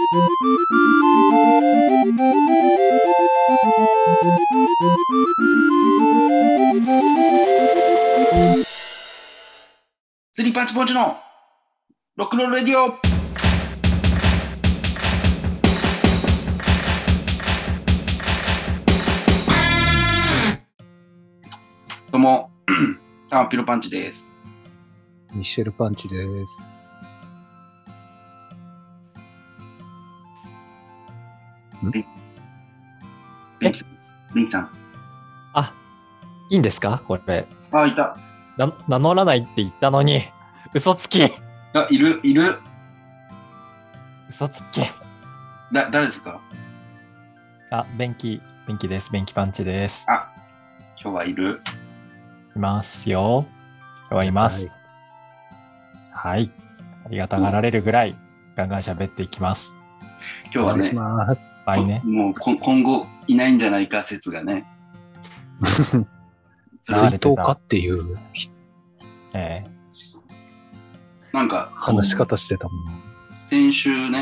スリーパンチポンチのロックロールレディオ。どうもピロパンチです。 ミシェルパンチです。 ベンキさん。 あ、いいんですかこれ。 あ、いた。 名乗らないって言ったのに、嘘つき。 あ、いる。 嘘つき。 誰ですか？ あ、便器です。便器パンチです。 あ、今日はいる。 いますよ。今日はいます。はい。ありがたがられるぐらい、ガンガン喋っていきます。 今日はね、 お願いします。 はいね。 もう今後いないんじゃないか説がね。 追悼かっていう、 なんか話し方してたもん。 先週2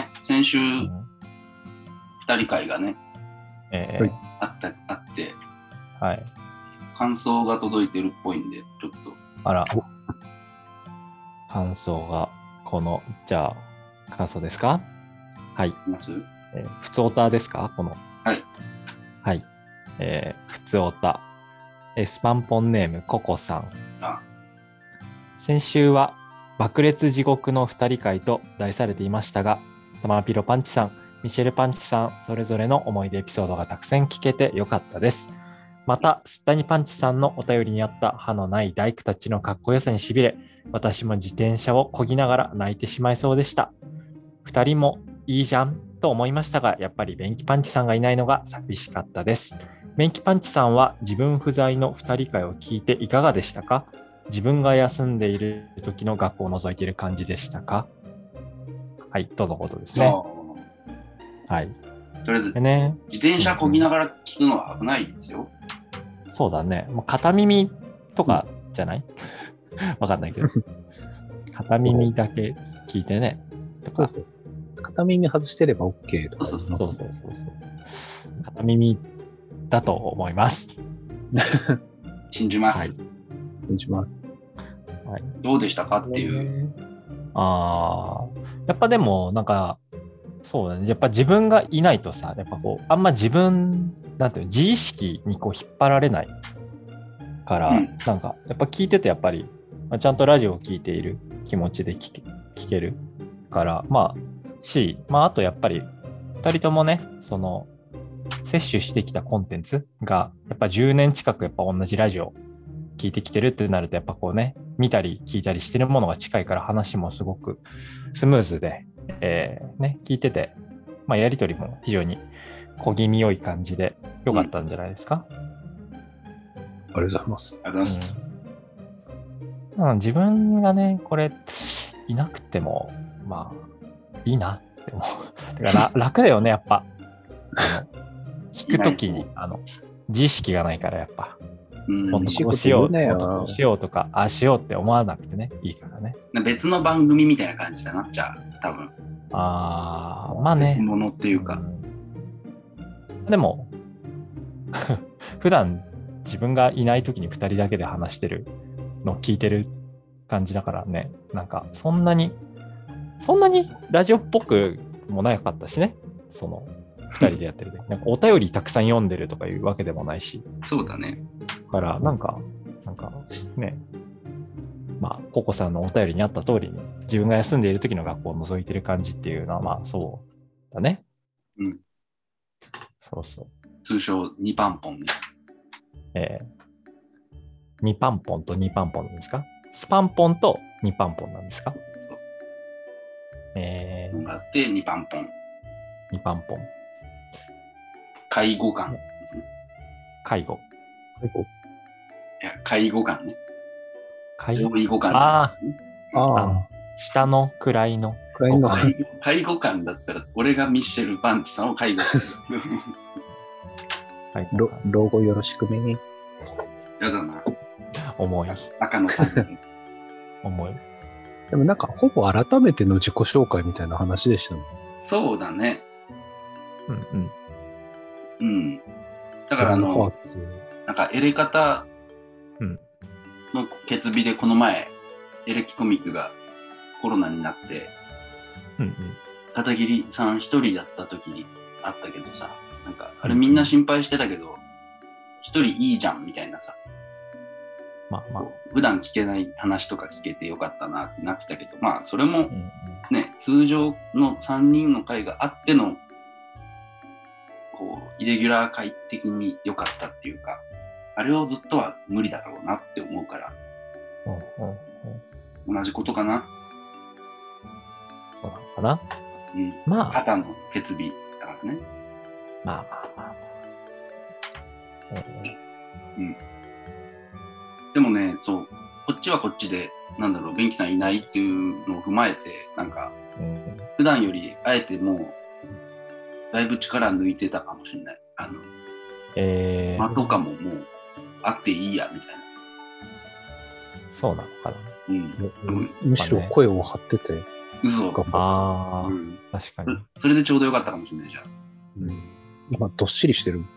人会がね、あって、 はい。 感想が届いてるっぽいんで、ちょっと。 あら。感想が、じゃあ、感想ですか？はい。ふつおたですか？ はい。 はい。ふつおた。スパンポンネームココさん。先週は爆裂地獄の二人会と題されていましたが、タマピロパンチさん、ミシェルパンチさん、それぞれの思い出エピソードがたくさん聞けてよかったです。また、スッタニパンチさんのお便りにあった歯のない大工たちのかっこよさにしびれ、私も自転車を漕ぎながら泣いてしまいそうでした。二人もいいじゃんと思いましたが、やっぱり便器パンチさんがいないのが寂しかったです。便器パンチさんは自分不在の二人会を聞いていかがでしたか？自分が休んでいる時の学校を覗いている感じでしたか？はい、とのことですね。はい。 とりあえず、自転車漕ぎながら聞くのは危ないですよ。 そうだね。もう片耳とかじゃない？わかんないけど。片耳だけ聞いてね。とか。 そう片耳外してれば OK とか。 そう。片耳だと思います。 信じます。 信じます。 はい。 どうでしたかっていう。 やっぱでもなんかそうだね。やっぱ自分がいないとさ、やっぱあんま自分なんていうの自意識に引っ張られないから、なんかやっぱ聞いててやっぱり、ちゃんとラジオを聞いている気持ちで聞けるからあとやっぱり2人ともね摂取してきたコンテンツがやっぱ10年近くやっぱ同じラジオ聞いてきてるってなるとやっぱ見たり聞いたりしてるものが近いから話もすごくスムーズで、聞いてて、やりとりも非常に小気味良い感じで良かったんじゃないですか？ ありがとうございます。 自分がね、これいなくてもいいなって思う。だから楽だよね、やっぱ。聞くときに自意識がないからやっぱ。こうしようとか、ああしようって思わなくてね、いいからね。 別の番組みたいな感じだな、じゃあ、多分。 ね。 ものっていうか。 でも、普段自分がいないときに2人だけで話してるのを聞いてる感じだからね、なんかそんなにラジオっぽくもなかったしね、2人でやってるで。なんかお便りたくさん読んでるとかいうわけでもないし。 そうだね。 だからなんかね、ココさんのお便りにあった通りに自分が休んでいる時の学校を覗いてる感じっていうのはそうだね。そう。 通称2パンポンね。2パンポンと2パンポンなんですか？スパンポンと2パンポンなんですか？ があって2パンポン。 2パンポン。 介護官ですね。 介護。 いや、介護官ね。 介護官。 下の位の。 介護官だったら、俺がミッシェル・パンチさんを介護する。 老後よろしくね。 やだな。 重い。 赤のパンチ。 重い。 でもなんか、ほぼ改めての自己紹介みたいな話でしたもん。 そうだね。 うんうん。だからなんかエレ方の決日でこの前、エレキコミックがコロナになって、片桐さん一人だった時にあったけどさ、なんかあれみんな心配してたけど、一人いいじゃんみたいなさ、 まあ普段聞けない話とか聞けてよかったなってなってたけど、まあそれもね、通常の3人の会があってのこうイレギュラー会的に良かったっていうか、あれをずっとは無理だろうなって思うから、同じことかな。 そうなのかな。 まあ肩の決日だからね。 まあ。 でもね、そう、こっちはこっちで、なんだろう、ベンキさんいないっていうのを踏まえて、なんか、普段よりあえてもう、だいぶ力抜いてたかもしれない。間とかももう、あっていいや、みたいな。 そうなのかな。 むしろ声を張ってて。 嘘。 確かに。 それでちょうどよかったかもしれないじゃん。 今、どっしりしてる。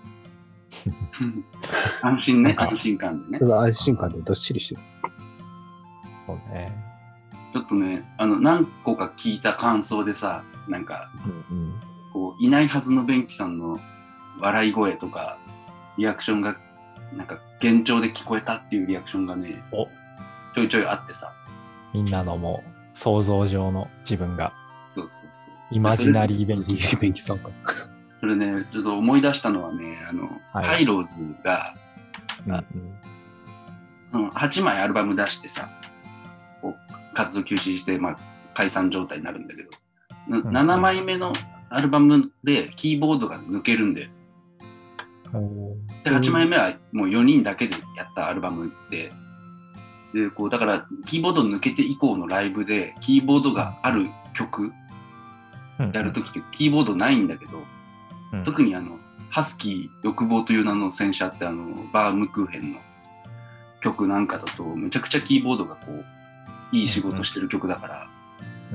安心ね、安心感でね。 安心感でどっしりしてる。 そうね。 ちょっとね、何個か聞いた感想でさ、なんか、こういないはずのベンキさんの笑い声とか、リアクションが、なんか幻聴で聞こえたっていうリアクションがね、ちょいちょいあってさ。 みんなのもう、想像上の自分が。 そう。 イマジナリーベンキさんか。 それね、ちょっと思い出したのはね、ハイローズが、8枚アルバム出してさ、こう活動休止して、まあ、解散状態になるんだけど、7枚目のアルバムでキーボードが抜けるんで、で8枚目はもう4人だけでやったアルバムで、こうだからキーボード抜けて以降のライブでキーボードがある曲やるときってキーボードないんだけど、特にハスキー欲望という名の戦車ってバームクーヘンの曲なんかだとめちゃくちゃキーボードがこういい仕事してる曲だから、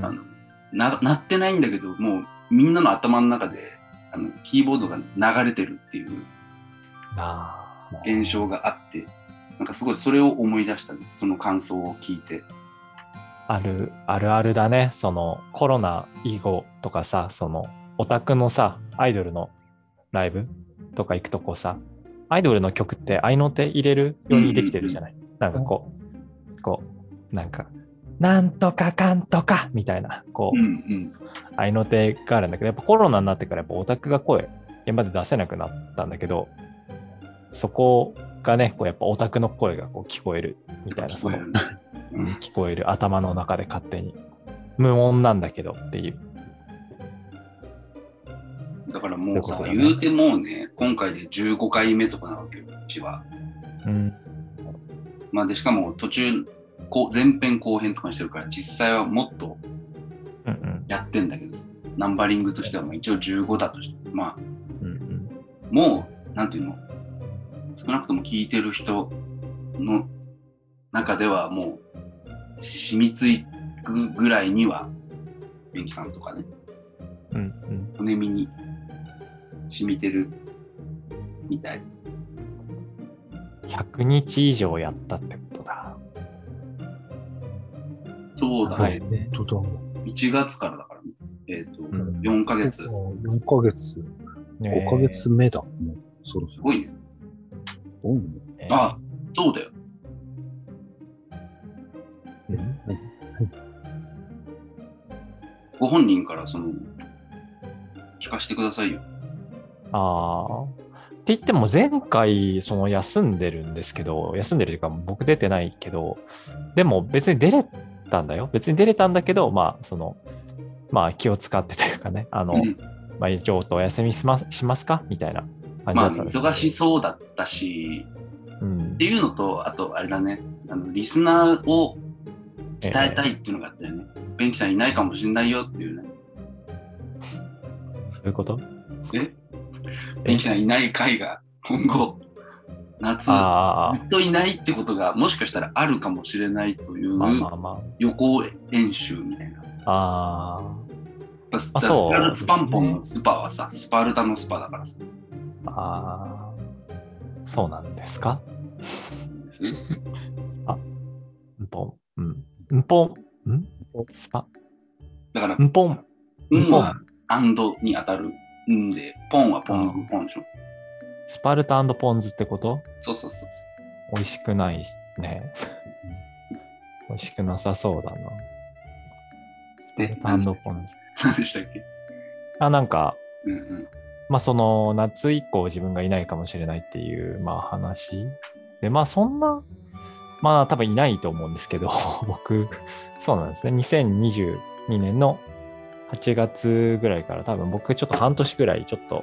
鳴ってないんだけどもうみんなの頭の中でキーボードが流れてるっていう現象があって、なんかすごいそれを思い出したね、その感想を聞いて。 あるあるだね。そのコロナ以後とかさ、そのオタクのさ、アイドルのライブとか行くとこうさ、アイドルの曲って合いの手入れるようにできてるじゃない。なんかこう、なんか、なんとかかんとかみたいな、こう、合いの手があるんだけど、やっぱコロナになってからやっぱオタクが声、現場で出せなくなったんだけど、そこがね、こうやっぱオタクの声がこう聞こえるみたいな、その、聞こえる頭の中で勝手に。無音なんだけどっていう。 だからもうさ、言うてもうね、今回で15回目とかなわけよ、うちは。まあで、しかも途中、前編後編とかにしてるから、実際はもっとやってんだけどさ、ナンバリングとしては一応15だとして、まあ、もう、なんていうの、少なくとも聞いてる人の中ではもう染みついくぐらいにはベンキさんとかね、骨身に染みてるみたい。 100日以上やったってことだ。 そうだね。1月からだからね。4ヶ月。 4ヶ月。5ヶ月目だ。もうそろそろ。 すごいね。あ、そうだよ。ご本人から聞かせてくださいよ。 って言っても前回休んでるんですけど、休んでるというか僕出てないけど、でも別に出れたんだよ。別に出れたんだけど、まあ気を使ってというかね、まあちょっとお休みしますかみたいな感じだったんですけど。 まあ忙しそうだったし、っていうのと、あとあれだね、リスナーを鍛えたいっていうのがあったよね。ベンキさんいないかもしれないよっていうね。 どういうこと？ ベンキさんいない回が今後夏ずっといないってことがもしかしたらあるかもしれないという予行演習みたいな。 あ、そうですね。 スパンポンのスパはさ、スパルタのスパだからさ。 ああ、そうなんですか。あ、んぽん。んぽん。スパ。 だから、 んぽん。 んはアンドに当たるんで、ポンはポン酢ポンでしょ。 スパルタ&ポン酢ってこと？ そうそうそうそう。 美味しくないね。美味しくなさそうだな。スパルタ&ポン酢。 何でしたっけ？ なんか、 うんうん、 まあその夏以降自分がいないかもしれないっていうまあ話で、まあそんな、まあ多分いないと思うんですけど、僕、そうなんですね。2022年の8月ぐらいから多分僕ちょっと半年ぐらいちょっと、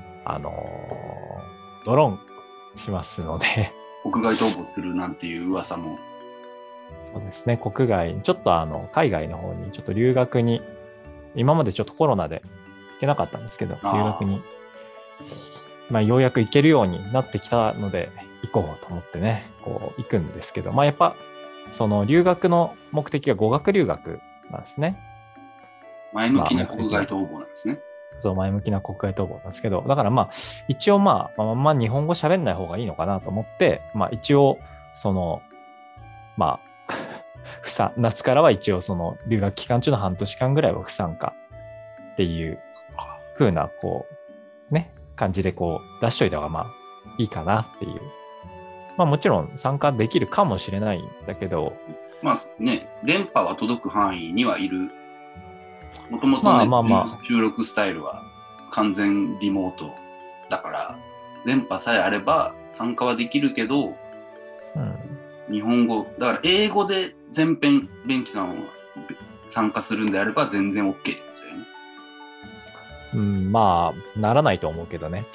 ドローンしますので。 国外逃亡するなんていう噂も。 そうですね。国外、ちょっと海外の方にちょっと留学に、今までちょっとコロナで行けなかったんですけど、留学に、まあようやく行けるようになってきたので、行こうと思ってね、こう行くんですけど、まあやっぱ、その留学の目的が語学留学なんですね。 前向きな国外逃亡なんですね。 そう、前向きな国外逃亡なんですけど、だからまあ、一応まあ日本語喋んない方がいいのかなと思って、まあ一応、その、まあ、夏からは一応その留学期間中の半年間ぐらいは不参加っていう風な、こう、ね、感じでこう出しといた方がまあいいかなっていう。まあもちろん参加できるかもしれないんだけど、 まあね、電波は届く範囲にはいる。もともと収録スタイルは完全リモートだから、電波さえあれば参加はできるけど、日本語、だから英語で全編、ベンキさんは参加するんであれば全然 OK ってことだよね。 まあ、ならないと思うけどね。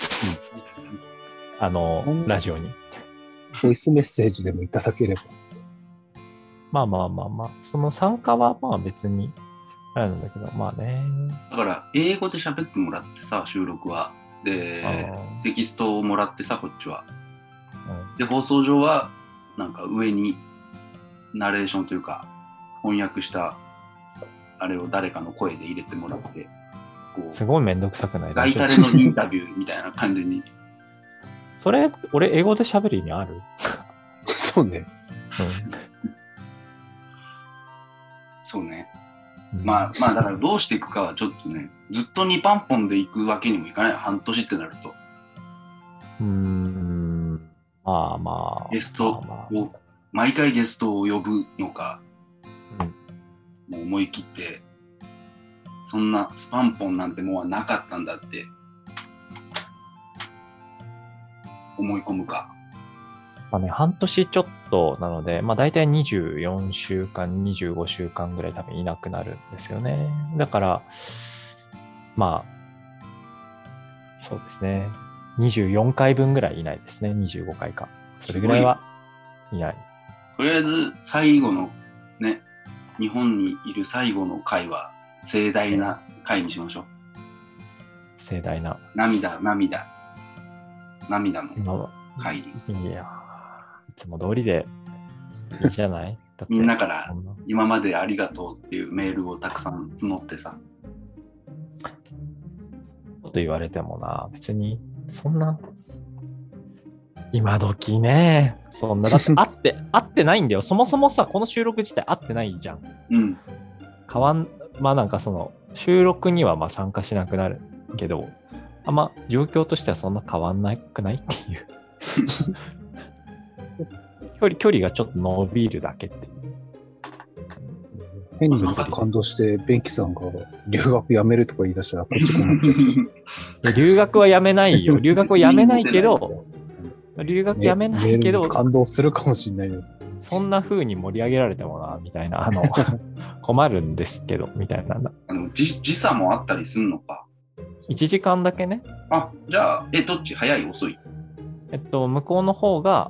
ラジオに。 ボイスメッセージでもいただければ。 まあ、その参加はまあ別にあるんだけど、まあね。 だから英語で喋ってもらってさ、収録は。で、テキストをもらってさ、こっちは。で、放送上は、なんか上にナレーションというか、翻訳したあれを誰かの声で入れてもらって、 こうすごいめんどくさくない？ ガイタレのインタビューみたいな感じに。 それ、俺、英語で喋る意味ある？ そうね。 そうね。まあ、だからどうしていくかはちょっとね、ずっと2パンポンで行くわけにもいかない。半年ってなると。 まあ。 ゲストを、毎回ゲストを呼ぶのか、もう思い切って、そんなスパンポンなんてもうなかったんだって思い込むか。 まあね、半年ちょっとなので、まあ大体24週間、25週間ぐらい多分いなくなるんですよね。だから、まあ、そうですね。24回分ぐらいいないですね。25回か。それぐらいはいない。 とりあえず最後のね、日本にいる最後の回は盛大な回にしましょう。 盛大な。 涙の回。 いや、いつも通りでいいじゃない？だってみんなから今までありがとうっていうメールをたくさん募ってさ。 と言われてもな、別にそんな今時ね、そんなだって会ってないんだよ。そもそもさ、この収録自体会ってないじゃん。まあなんかその収録にはまあ参加しなくなるけど、状況としてはそんな変わんなくないっていう距離がちょっと伸びるだけっていう。 変に感動してベンキさんが留学やめるとか言い出したらこっち困っちゃう。 留学はやめないよ。留学はやめないけど、 感動するかもしれないです。 そんな風に盛り上げられてもなみたいな困るんですけどみたいな。 時差もあったりすんのか。 1時間だけね。 じゃあどっち早い遅い？ 向こうの方が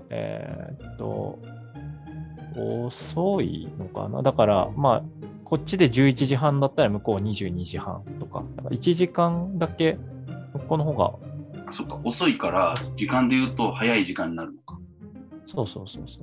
遅いのかな。だからまあこっちで11時半だったら向こう22時半とか。だから1時間だけ向こうの方が。 そっか、遅いから時間で言うと早い時間になるのか。 そう。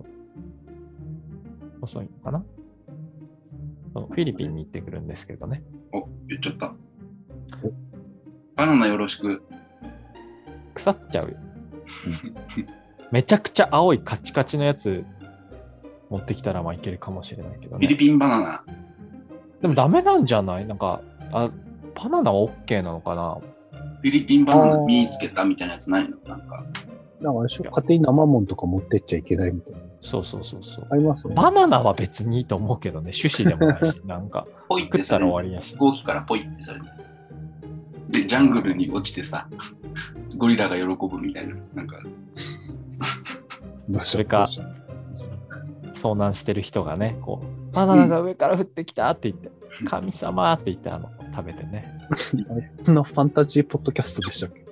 遅いのかな。フィリピンに行ってくるんですけどね。 言っちゃった。 バナナよろしく。 腐っちゃうよ。めちゃくちゃ青いカチカチのやつ持ってきたらまあいけるかもしれないけどね。 フィリピンバナナ。 でもダメなんじゃない？なんか、バナナは OK なのかな？ フィリピンバナナ見つけたみたいなやつないの？なんか。 なんかあれでしょ、家庭に生もんとか持ってっちゃいけないみたいな。 そうそうそうそう。 ありますね。 バナナは別にいいと思うけどね、趣旨でもないし、なんか、 ポイっ食ったてされる。 ら終わりやし飛。行機からポイってされる。で、ジャングルに落ちてさ、ゴリラが喜ぶみたいな。なんか。 それか遭難してる人がね、こう、バナナが上から降ってきたって言って、神様って言って食べてね。 こんなファンタジーポッドキャストでしたっけ？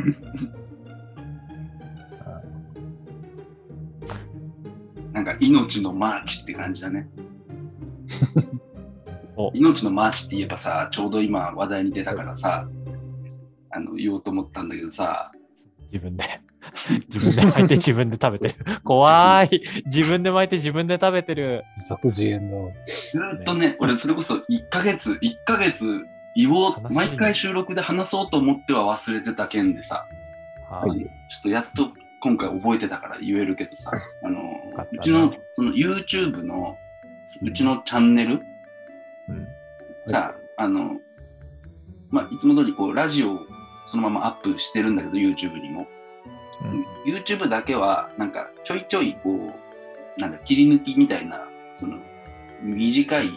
なんか命のマーチって感じだね。 お命のマーチって言えばさ、ちょうど今話題に出たからさ、言おうと思ったんだけどさ、 自分で巻いて自分で食べてる。怖い。自分で巻いて自分で食べてる。 自作自演だ。 ずっとね、俺それこそ1ヶ月言おう、毎回収録で話そうと思っては忘れてた件でさ、 はい、 ちょっとやっと今回覚えてたから言えるけどさ、うちのその YouTube のうちのチャンネル、さ、いつも通りこうラジオをそのままアップしてるんだけど YouTube にも、YouTube だけはなんかちょいちょいこうなんだ切り抜きみたいなその短い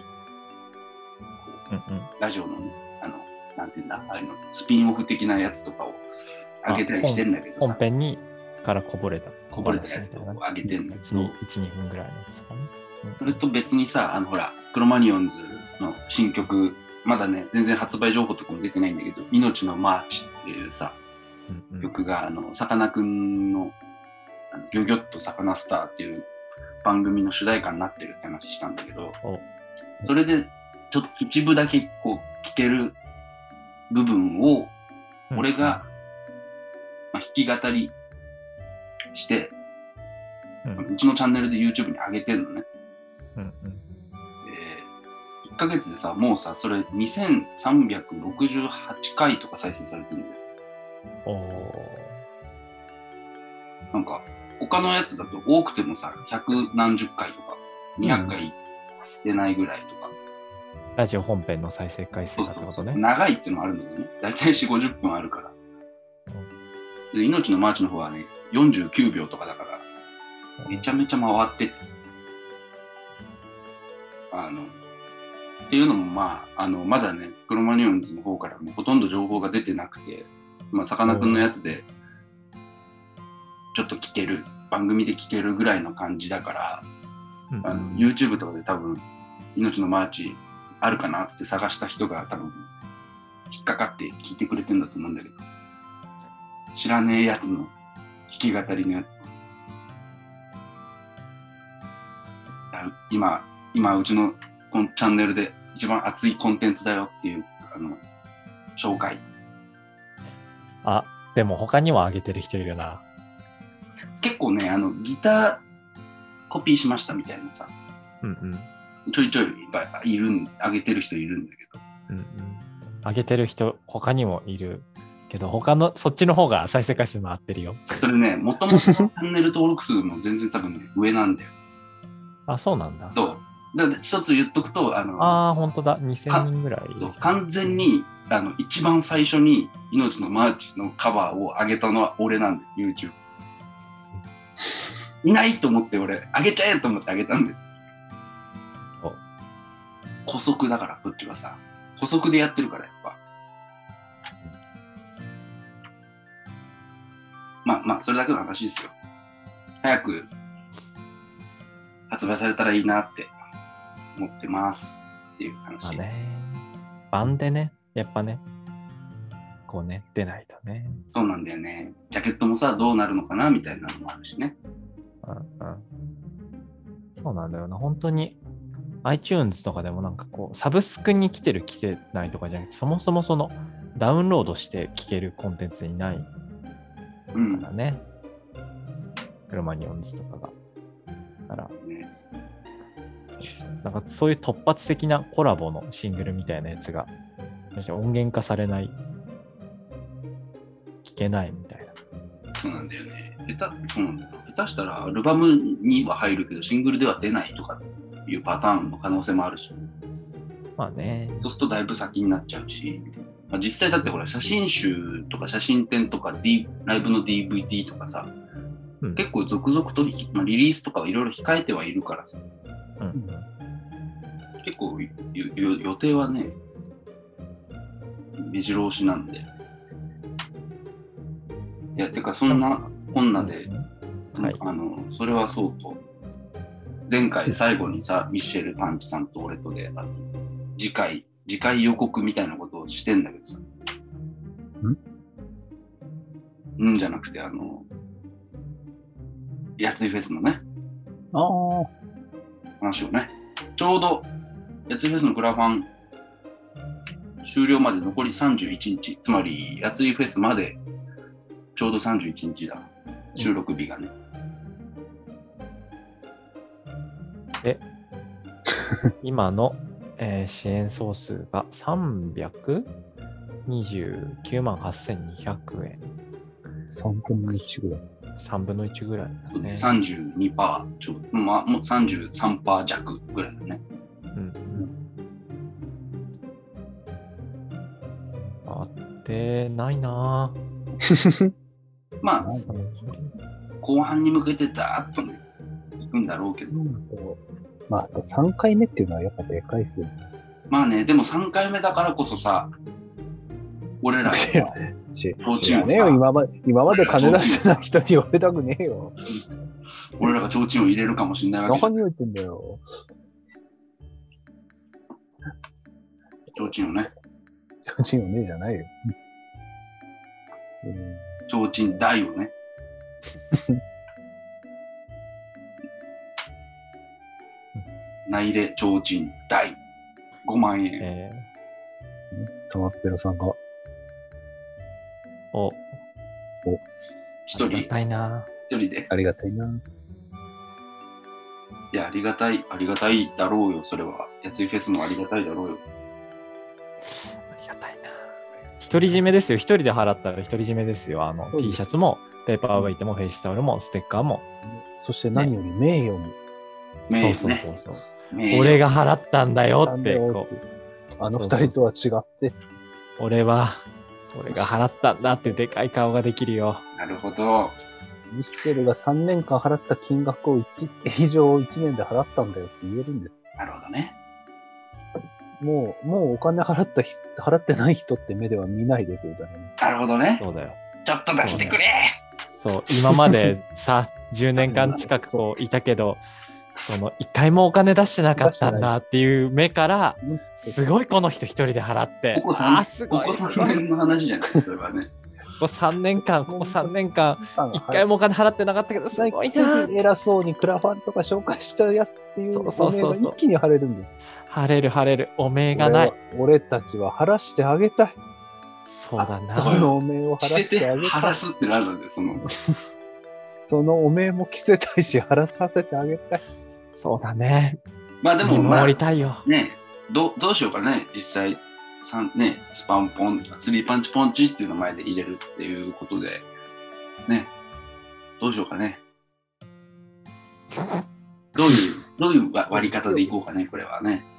ラジオのね、なんていうんだ、ああいうのスピンオフ的なやつとかを上げたりしてんだけどさ、 本編にからこぼれたやつを上げてんだけど、 1、2分ぐらいのやつとかね。 それと別にさ、ほらクロマニオンズの新曲まだね全然発売情報とかも出てないんだけど、命のマーチっていうさ、曲がさかなクンのギョギョッとサカナスターっていう番組の主題歌になってるって話したんだけど、それでちょっと一部だけこう聴ける部分を俺が、弾き語りして、うちのチャンネルで YouTube に上げてんのね。1ヶ月でさ、もうさ、それ2368回とか再生されてるんだよ。なんか他のやつだと多くてもさ、100何十回とか200回出ないぐらいとか。 ラジオ本編の再生回数だってことね。 長いっていうのもあるんだよね。だいたい4、50分あるから。で命のマーチの方はね、49秒とかだから、めちゃめちゃ回ってて。っていうのもまだね、クロマニオンズの方からもほとんど情報が出てなくて、さかなクンのやつで、ちょっと聞ける、番組で聞けるぐらいの感じだから、YouTube とかで多分、命のマーチあるかなって探した人が多分、引っかかって聞いてくれてんだと思うんだけど、知らねえやつの弾き語りのやつ。今うちのこのチャンネルで一番熱いコンテンツだよっていう紹介。 でも他にも上げてる人いるな。 結構ね、ギターコピーしましたみたいなさ、ちょいちょい上げてる人いるんだけど、 上げてる人他にもいるけど、そっちの方が再生回数回ってるよ。 それね、もともとチャンネル登録数も全然多分ね、上なんだよ。 そうなんだ。 そう。だ一つ言っとくと、 本当だ、2000人ぐらい。 完全に、一番最初に命のマーチのカバーを上げたのは俺なんだよ、YouTube。いないと思って俺、上げちゃえと思って上げたんだよ。姑息だから、こっちはさ。姑息でやってるから、やっぱ。まあ、それだけの話ですよ。早く発売されたらいいなって思ってますっていう話。 版でね、やっぱね、こうね、出ないとね。 そうなんだよね。ジャケットもさ、どうなるのかなみたいなのもあるしね。 そうなんだよな。本当に iTunes とかでもなんかこう、サブスクに来てないとかじゃなくて、そもそもそのダウンロードして聴けるコンテンツにないからね。クロマニオンズとかが。だから、なんかそういう突発的なコラボのシングルみたいなやつが音源化されない聞けないみたいな。 そうなんだよね。下手したらアルバムには入るけど、シングルでは出ないとかいうパターンの可能性もあるし、 まあね。 そうするとだいぶ先になっちゃうし、まあ、実際だってほら、写真集とか写真展とか、ライブの DVD とかさ、結構続々と、まあ、リリースとかいろいろ控えてはいるからさ、結構予定はね、目白押しなんで。いや、てかそんなこんなで、それはそうと、前回最後にさ、ミッシェルパンチさんと俺とで、次回予告みたいなことをしてんだけどさ。じゃなくて、やついフェスのね、話をね、ちょうど、やついフェスのクラファン終了まで残り31日、つまり、やついフェスまでちょうど31日だ、収録日がね。 今の、支援総数が329万8200円。 3分の1ぐらい。 3分の1ぐらいだね。 32%ちょうど、まあ、もう33%弱ぐらいだね。 あってないなまあ、後半に向けてダーッとね、いくんだろうけど。 まあ、3回目っていうのはやっぱでかいっすよね。 まあね、でも3回目だからこそさ、俺ら知らねえよ、今まで金出してない人に言われたくねえよ。 俺らが提灯を入れるかもしれないわけ。 何言ってんだよ。 提灯をね。 提灯をねえじゃないよ。 提灯台をね。内入れ提灯台5万円。 たまっぺろさんが。 一人。 ありがたいな。 一人で。 ありがたいな。 いや、ありがたいだろうよ、それは。やついフェスもありがたいだろうよ。 ありがたいな。独り占めですよ。一人で払ったら独り占めですよ。T シャツも、ペーパーウェイトも、フェイスタオルも、ステッカーも。 そして何より名誉も。 そう。俺が払ったんだよって。 あの二人とは違って。 俺が払ったんだってでかい顔ができるよ。 なるほど。 ミッシェルが3年間払った金額を以上1年で払ったんだよって言えるんです。 なるほどね。 もうお金払ってない人って目では見ないですよ、ね。 なるほどね。 そうだよ。 ちょっと出してくれ。 そう、今までさ、10年間近くこういたけど、一回もお金出してなかったんだっていう目から、すごいこの人一人で払って、 ここ3年の話じゃない、それはね。 ここ3年間、一回もお金払ってなかったけど、すごいな。 偉そうにクラファンとか紹介したやつっていうおめえが一気に晴れるんです。 晴れる、おめえがない。 俺たちは晴らしてあげたい。 そうだな。 そのおめえを晴らしてあげたい。 晴らすってなるんだよ、 そのおめえも着せたいし、晴らさせてあげたい。 そうだね。 まあでも、 守りたいよ。 ね、どうしようかね、実際。ね、スリーパンチポンチっていうの前で入れるっていうことで、ね、どうしようかね。どういう割り方でいこうかね、これはね。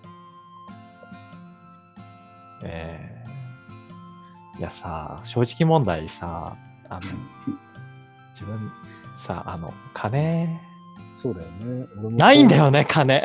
いやさ、正直問題さ、自分さ、金、 そうだよね。 ないんだよね、金。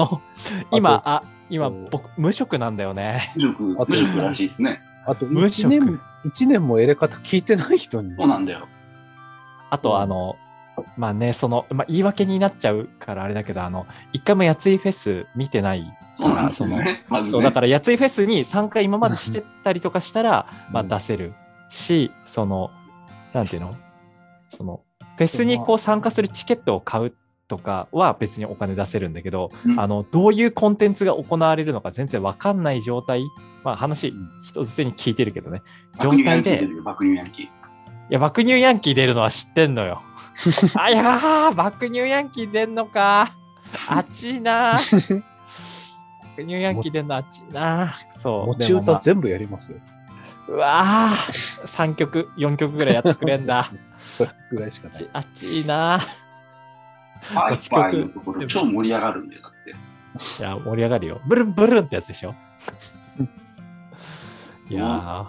今僕無職なんだよね。 無職らしいですね。 あと1年も入れ方聞いてない人に。 そうなんだよ。 あとまあね、言い訳になっちゃうからあれだけど、一回もやついフェス見てない。 そうなんですよね。まずね。 そうだからやついフェスに参加今までしてたりとかしたら、まあ出せるし、なんていうの？フェスにこう参加するチケットを買うとかは別にお金出せるんだけど、どういうコンテンツが行われるのか全然わかんない状態、まあ話一つに聞いてるけどね、状態で、 爆乳ヤンキー。 いや、爆乳ヤンキー出るのは知ってんのよ。あ、いやー、爆乳ヤンキー出んのか。あっちいな。爆乳ヤンキー出んのあっちいな。そう。 持ち歌全部やりますよ。 うわぁ、3曲、4曲ぐらいやってくれんだ。 それぐらいしかない。 あっちいいな。 パイパイのところ超盛り上がるんだよ、だって。 いや、盛り上がるよ。ブルンブルンってやつでしょ。いや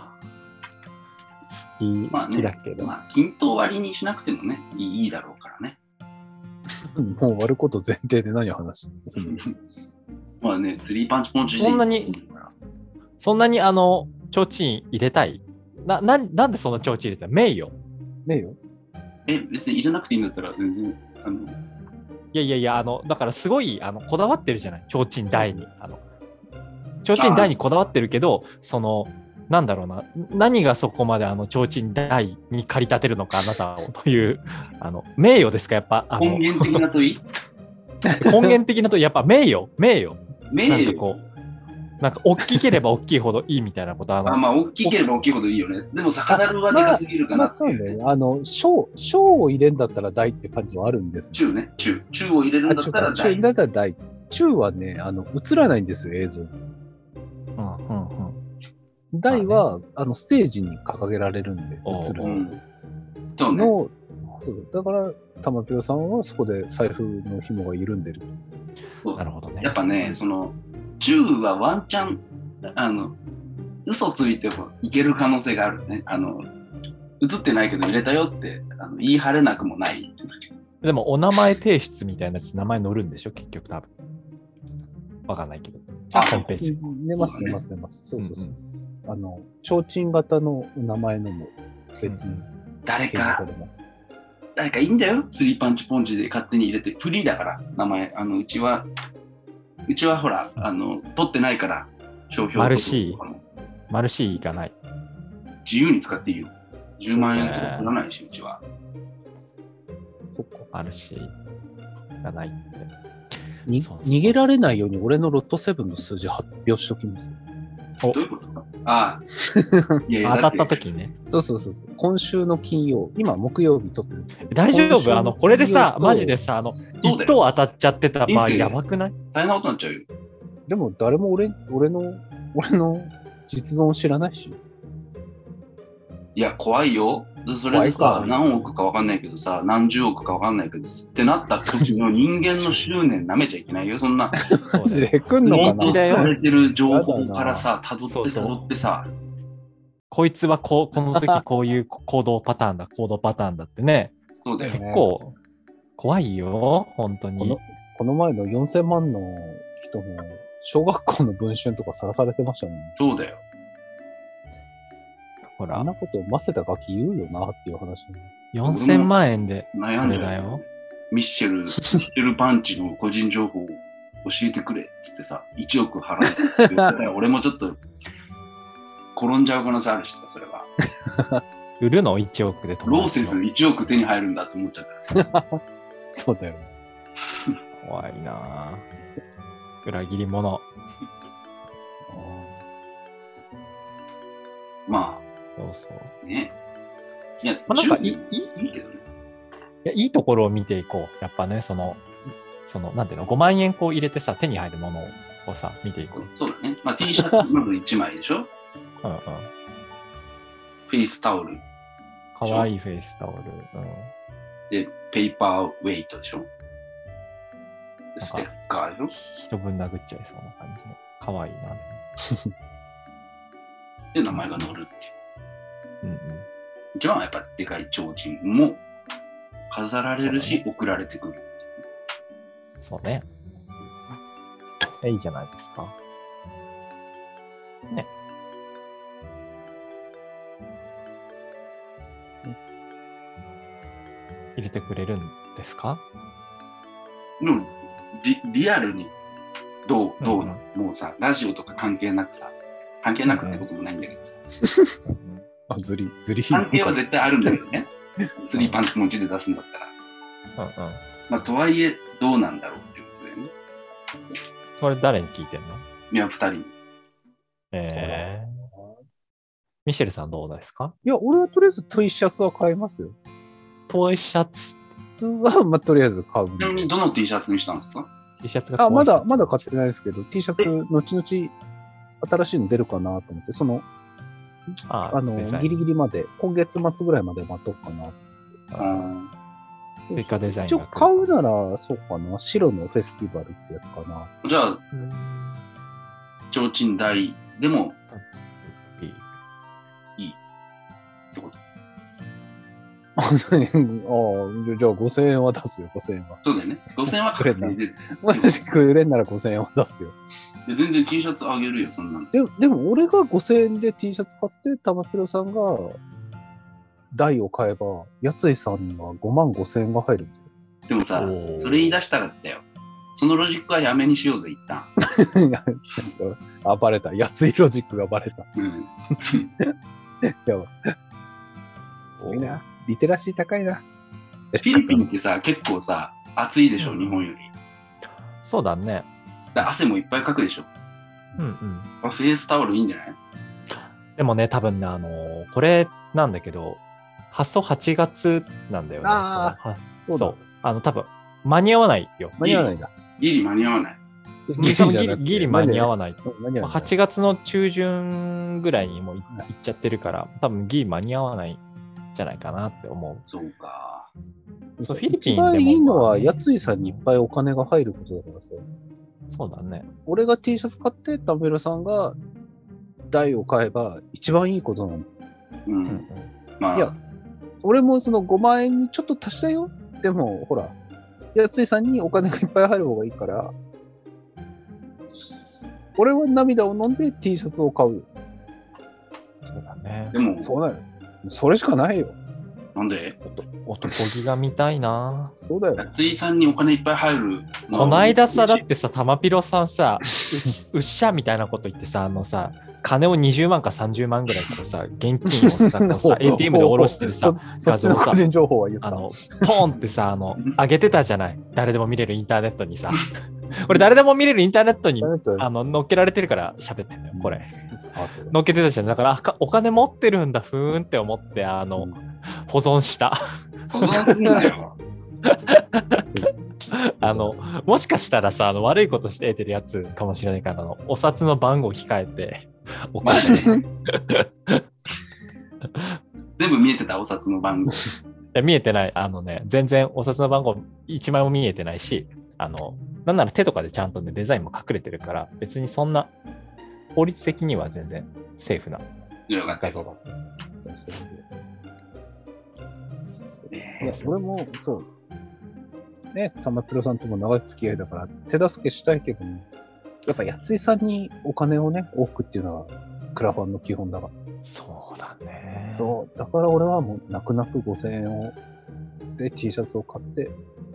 ー、好きだけど。 まあ、均等割りにしなくてもね、いいだろうからね。 もう割ること前提で何を話してるまあね、スリーパンチポンチでそんなに提灯入れたいなんでそんな提灯入れたい名誉名誉別に入れなくていいんだったら全然、 いや、だからすごい、こだわってるじゃない、提灯台に。提灯台にこだわってるけど、なんだろうな、何がそこまで提灯台に駆り立てるのか、あなたをという、名誉ですか、やっぱ。 根源的な問い根源的な問い、やっぱ名誉。なんか大きければ大きいほどいいみたいなことはまあ大きければ大きいほどいいよね。でも酒樽はでかすぎるかなっていう、 まあそうね。小を入れんだったら大って感じはあるんですよ。 中を入れるんだったら大。 中だったら大。中はね、映らないんですよ、映像。大は、ステージに掲げられるんで、映るの。そうだから、玉ぴょさんはそこで財布の紐が緩んでる。 なるほどね。 やっぱね、中はワンチャン、嘘ついてもいける可能性があるね。映ってないけど入れたよって言い張れなくもない。 でも、お名前提出みたいなやつ、名前載るんでしょ、結局多分。わかんないけど。ホームページ。 出ます。そう。提灯型の名前のも別に。 誰かいいんだよ。スリーパンチポンチで勝手に入れて。フリーだから、名前。うちはほら、取ってないから、商標マルシーいかない。 自由に使っていいよ。10万円とか取らないし、うちは。 そっか。 マルシーがないって。 逃げられないように俺のロット7の数字発表しときます。 どういうことか。ああ。 当たった時にね。 そう。今週の金曜、今木曜日特に。 大丈夫？これでさ、マジでさ、1等当たっちゃってた場合やばくない？ 大変なことになっちゃうよ。 でも誰も俺の実存知らないし。 いや、怖いよ。それでさ、何億か分かんないけどさ、何十億か分かんないけどってなった時の人間の執念舐めちゃいけないよ、そんな。 マジで来んのかな？ 本気だよ。されてる情報からさ、たどってさ。 こいつはこの時こういう行動パターンだってね。 そうだよね。 結構怖いよ、本当に。 この前の4000万の人も、小学校の文春とかさらされてましたもんね。 そうだよ。 ほら。 あんなことませたガキ言うよなっていう話。 4000万円で悩んでだよ。ミッシェルパンチの個人情報を教えてくれっつってさ、1億払うって言ったら俺もちょっと転んじゃう可能性あるしさ、それは。 売るの1億でローセス1億手に入るんだと思っちゃったらさ。 そうだよ。 怖いなぁ。裏切り者。 まあ。 そうね。いや、 なんかいいけどね。 いいところを見ていこう。やっぱね、なんていうの、5万円こう入れてさ、手に入るものをさ、見ていこう。 そうだね。まあ T シャツまず1枚でしょ。フェイスタオル。 かわいいフェイスタオル。 で、ペーパーウェイトでしょ。ステッカーでしょ。 人分殴っちゃいそうな感じの。かわいいな。 で、名前が載るっていう。 うん。 一番はやっぱでかい提灯も飾られるし、送られてくる。 そうね。いいじゃないですか。ね。入れてくれるんですか？ うん。リアルにどうもうさ、ラジオとか関係なくってこともないんだけどさ。 ずり関係は絶対あるんだけどね。スリーパンチ持ちで出すんだったら。まあ、とはいえ、どうなんだろうってことだよね。 これ誰に聞いてんの？ いや、2人に。 ミシェルさんどうですか？ いや、俺はとりあえずトイシャツは買いますよ。 トイシャツは、まあ、とりあえず買う。 ちなみにどの T シャツにしたんですか？ T シャツがまだ買ってないですけど、T シャツ、後々新しいの出るかなと思って、 ギリギリまで、今月末ぐらいまで待とうかな。 追加デザイン一応買うなら、そうかな。白のフェスティバルってやつかな。 じゃあ、提灯台でもいいってこと。 じゃあ5000円は出すよ、5000円は。 そうだよね。5000円はくれんな。もしくれんなら5000円は出すよ。 全然 T シャツあげるよ、そんなの。 でも俺が5000円で T シャツ買って、玉広さんが台を買えば、やついさんには5万5000円が入る。 でもさ、それ言い出したかったよ。そのロジックはやめにしようぜ、一旦。 バレた。やついロジックがバレた。やばいな。リテラシー高いな。 フィリピンってさ、結構さ、暑いでしょ、日本より。 そうだね。 汗もいっぱいかくでしょ。フェイスタオルいいんじゃない？でもね、多分ね、これなんだけど、発送8月なんだよね。そう。多分間に合わないよ。 間に合わないんだ。 ギリ間に合わない。 ギリ間に合わない。8月の中旬ぐらいにもう行っちゃってるから、多分ギリ間に合わないんじゃないかなって思う。 そうか。 そう、フィリピンでも。一番いいのは、やついさんにいっぱいお金が入ることだからさ。 そうだね。 俺が T シャツ買って、タベルさんが台を買えば一番いいことなの。まあ。いや、俺もその5万円にちょっと足したよ。でも、ほら、やついさんにお金がいっぱい入る方がいいから、俺は涙を飲んで T シャツを買うよ。 そうだね。 でも、 そうなの。それしかないよ。 なんで？ 男気が見たいな。 そうだよ。 やついさんにお金いっぱい入る。 こないださ、だってさ、玉ピロさんさ、うっしゃみたいなこと言ってさ、金を20万か30万ぐらいこうさ、現金をさ、ATM で下ろしてるさ、画像をさ、 個人情報は言った。 ポンってさ、上げてたじゃない。誰でも見れるインターネットにさ。俺誰でも見れるインターネットに乗っけられてるから喋ってんだよ、これ。乗っけてたじゃん。だからお金持ってるんだ、ふーんって思って、保存した。 保存するんだよ。 もしかしたらさ、悪いことして得てるやつかもしれないから、お札の番号控えて、お金。 全部見えてた、お札の番号。 見えてない。全然お札の番号1枚も見えてないし、なんなら手とかでちゃんとね、デザインも隠れてるから、別にそんな、法律的には全然セーフな画像だった。 俺も、そう。ね、玉プロさんとも長い付き合いだから、手助けしたいけども、やっぱやついさんにお金をね、多くっていうのが、クラファンの基本だから。 そうだね。 そう。だから俺はもう、泣く泣く5000円を、で、T シャツを買って、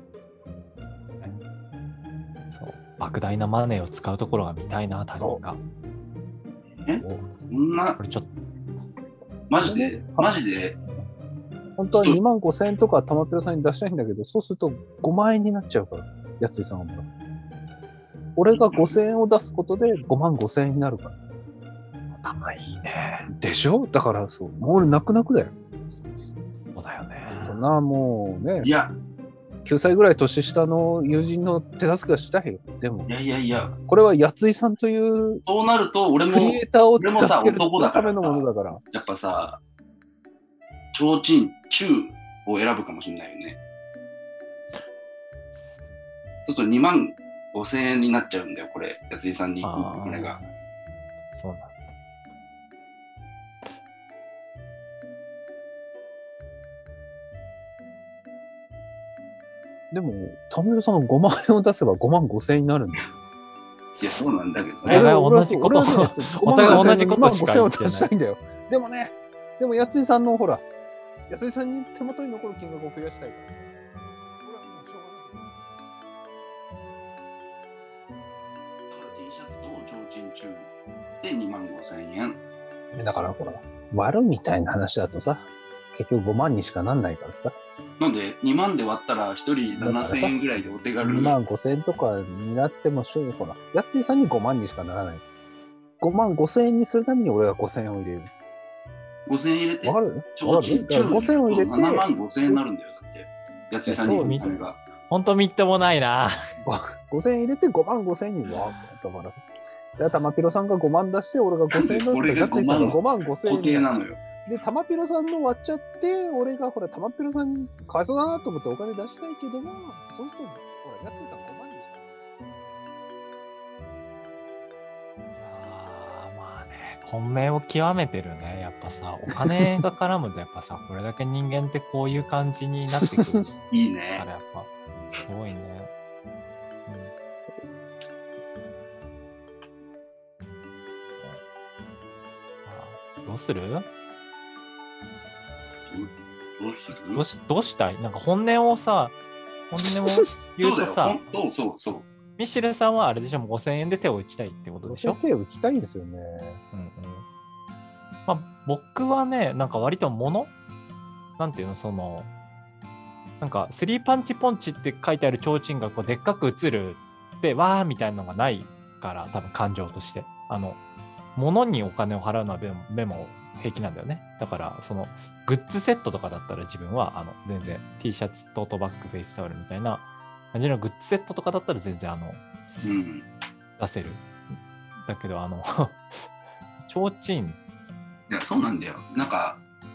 そう。莫大なマネーを使うところが見たいな、他人が。 そんな、これちょっと、マジで本当は2万5000円とか玉ペロさんに出したいんだけど、そうすると5万円になっちゃうから、やついさんがもらう。俺が5000円を出すことで5万5000円になるから。 頭いいね。 でしょ？だからそう、もう俺泣く泣くだよ。 そうだよね。 そんなもうね、 いや、 9歳ぐらい年下の友人の手助けがしたいよ。でも、 いや、 これはやついさんという、 そうなると俺も、 クリエイターを手助けるためのものだから。 やっぱさ、提灯中を選ぶかもしれないよね。ちょっと2万5000円になっちゃうんだよ、これ。やついさんにこれが。 そうなんだ。 でも、田村さんが5万円を出せば5万5000円になるんだよ。 いや、そうなんだけどね。同じこと、お互い同じことしか言ってない。 したいんだよ。でもね、やついさんのほら、やついさんに手元に残る金額を増やしたいから。これはもうしょうがない。 だから T シャツと提灯中で2万5000円。 だからほら、割るみたいな話だとさ、結局5万にしかなんないからさ。 なんで2万で割ったら1人7000円ぐらいでお手軽に。 2万5000円とかになってもほら、やついさんに5万にしかならない。5万5000円にするために俺が5000円を入れる。 5000円入れて。 わかる提灯中 5000円を入れて。 7万5000円になるんだよ、だって。やついさんにそれが。 ほんとみっともないな。 5000円入れて5万5000円にわーっとだから。 で、玉ピロさんが5万出して、俺が5000円出して、ガッツイさんが5万5000円固定なのよ。 で、玉ピロさんの割っちゃって、俺がほら、玉ピロさんにかわいそうだなと思ってお金出したいけども、そうすると、ほら、ガッツイさん5万でしょ。 まあね、混迷を極めてるね。やっぱさ、お金が絡むとやっぱさ、これだけ人間ってこういう感じになってくるいいね。 からやっぱ、すごいね。どうする？どうしたい？なんか本音を言うとさ、 そう。 ミシェルさんはあれでしょ、もう5000円で手を打ちたいってことでしょ？ 手を打ちたいんですよね。 まあ、僕はね、なんか割となんていうの、なんか3パンチポンチって書いてある提灯がこうでっかく映るで、わーみたいなのがないから、多分感情として。物にお金を払うのはでも平気なんだよね。だから、グッズセットとかだったら自分は、全然 T シャツ、トートバッグ、フェイスタオルみたいな感じのグッズセットとかだったら全然、出せる。だけど、提灯。 いや、そうなんだよ。なんか、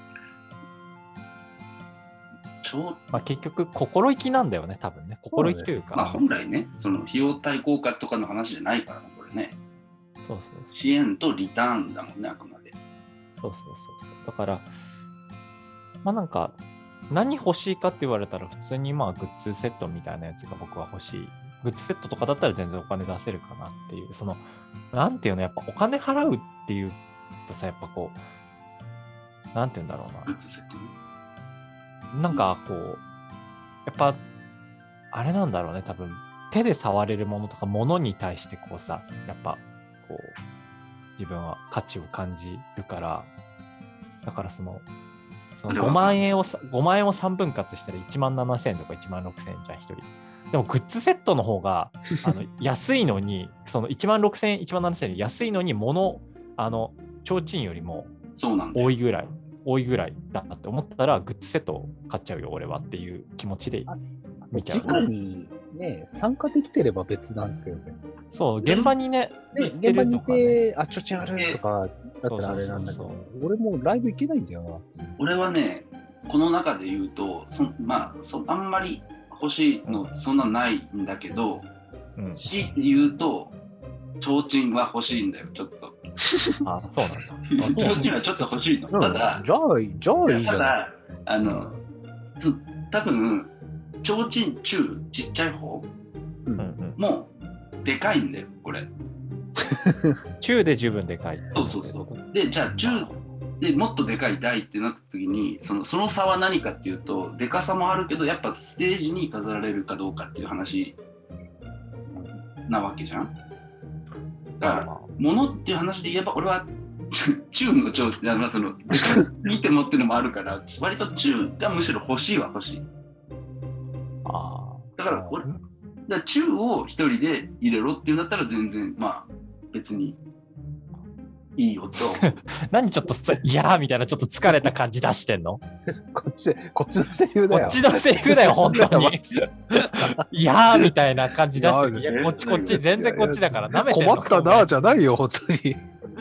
まあ、結局、心意気なんだよね、多分ね。心意気というか。 まあ、本来ね、費用対効果とかの話じゃないからね、これね。 そう。 支援とリターンだもんね、あくまで。 そう。だから、まあなんか、何欲しいかって言われたら、普通にまあグッズセットみたいなやつが僕は欲しい。グッズセットとかだったら全然お金出せるかなっていう、なんていうの、やっぱお金払うっていうとさ、やっぱこう、なんていうんだろうな。 グッズセットね。 なんかこう、やっぱ、あれなんだろうね、多分、手で触れるものとか、物に対してこうさ、やっぱ、こう、自分は価値を感じるから、だから5万円を3分割したら1万7000円とか1万6000円じゃん、1人。でもグッズセットの方が安いのに、1万6000円、1万7000円より安いのに、提灯よりも多いぐらいだって思ったら、グッズセットを買っちゃうよ、俺はっていう気持ちで見ちゃう。 直にね、参加できてれば別なんですけどね。 そう、現場にね、 現場にいて、提灯あるとかだったらあれなんだけど、俺もうライブ行けないんだよな。 俺はね、この中で言うと、あんまり欲しいのそんなないんだけど、強いて言うと、提灯は欲しいんだよ、ちょっと。 あ、そうなんだ。 提灯はちょっと欲しいの。ただ、 じゃあいいじゃん。 ただ、多分、提灯中、ちっちゃい方、もうでかいんだよ、これ。 中で十分でかい。 そう。で、じゃあ中でもっとでかい台ってなった次に、その差は何かっていうと、でかさもあるけど、やっぱステージに飾られるかどうかっていう話なわけじゃん。だから、物っていう話で言えば、俺は中の長って、でかすぎて持ってるのもあるから、割と中がむしろ欲しい。だから俺、中を一人で入れろっていうんだったら全然まあ別にいいよと。 何ちょっといやーみたいなちょっと疲れた感じ出してんの？ こっちのセリフだよ。 こっちのセリフだよ本当に。いやーみたいな感じ出してる。いやこっち全然こっちだから舐めてるの。 困ったなじゃないよ本当に。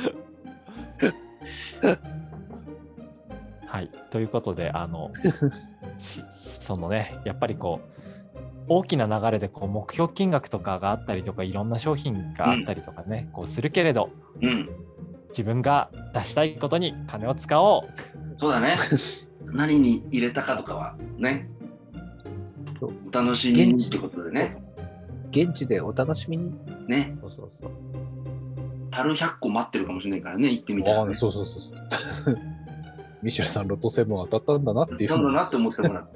はい、ということでやっぱりこう大きな流れでこう目標金額とかがあったりとかいろんな商品があったりとかね、こうするけれど、自分が出したいことに金を使おう。 そうだね。何に入れたかとかはね、お楽しみにってことでね。 現地でお楽しみに。 ね。 そう。 樽100個待ってるかもしれないからね、行ってみたら、ね。 そう。ミシェルさんロト7当たったんだなっていう。 当たったんだなって思ってもらって。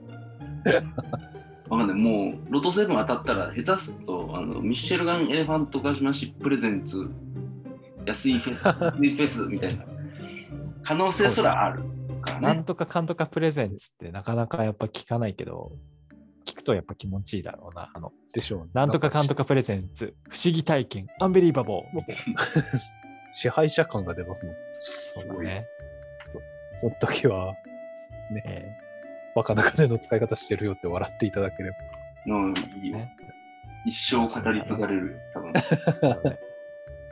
わかんない。もうロト7当たったら下手すとミッシェルガン・エレファントガシマシプレゼンツ安いフェスみたいな可能性すらあるからね。 なんとかかんとかプレゼンツってなかなかやっぱ聞かないけど、聞くとやっぱ気持ちいいだろうな。 でしょうね。 なんとかかんとかプレゼンツ不思議体験アンベリーバボーみたいな。 支配者感が出ますもん。 そうだね。 その時はね。バカな金の使い方してるよって笑っていただければ。 いいよ。一生語り継がれる、多分。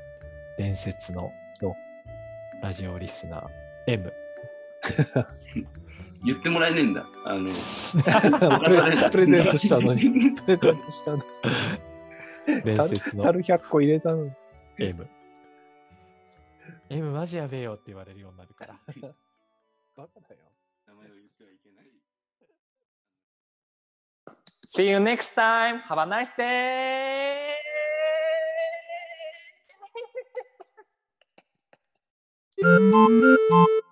伝説のラジオリスナー M。 言ってもらえねえんだ。 プレゼントしたのに。プレゼントしたのに。 伝説の樽100個入れたのに。 M。M マジやべえよって言われるようになるから。 バカだよ。 名前を言ってはいけない。 See you next time. Have a nice day.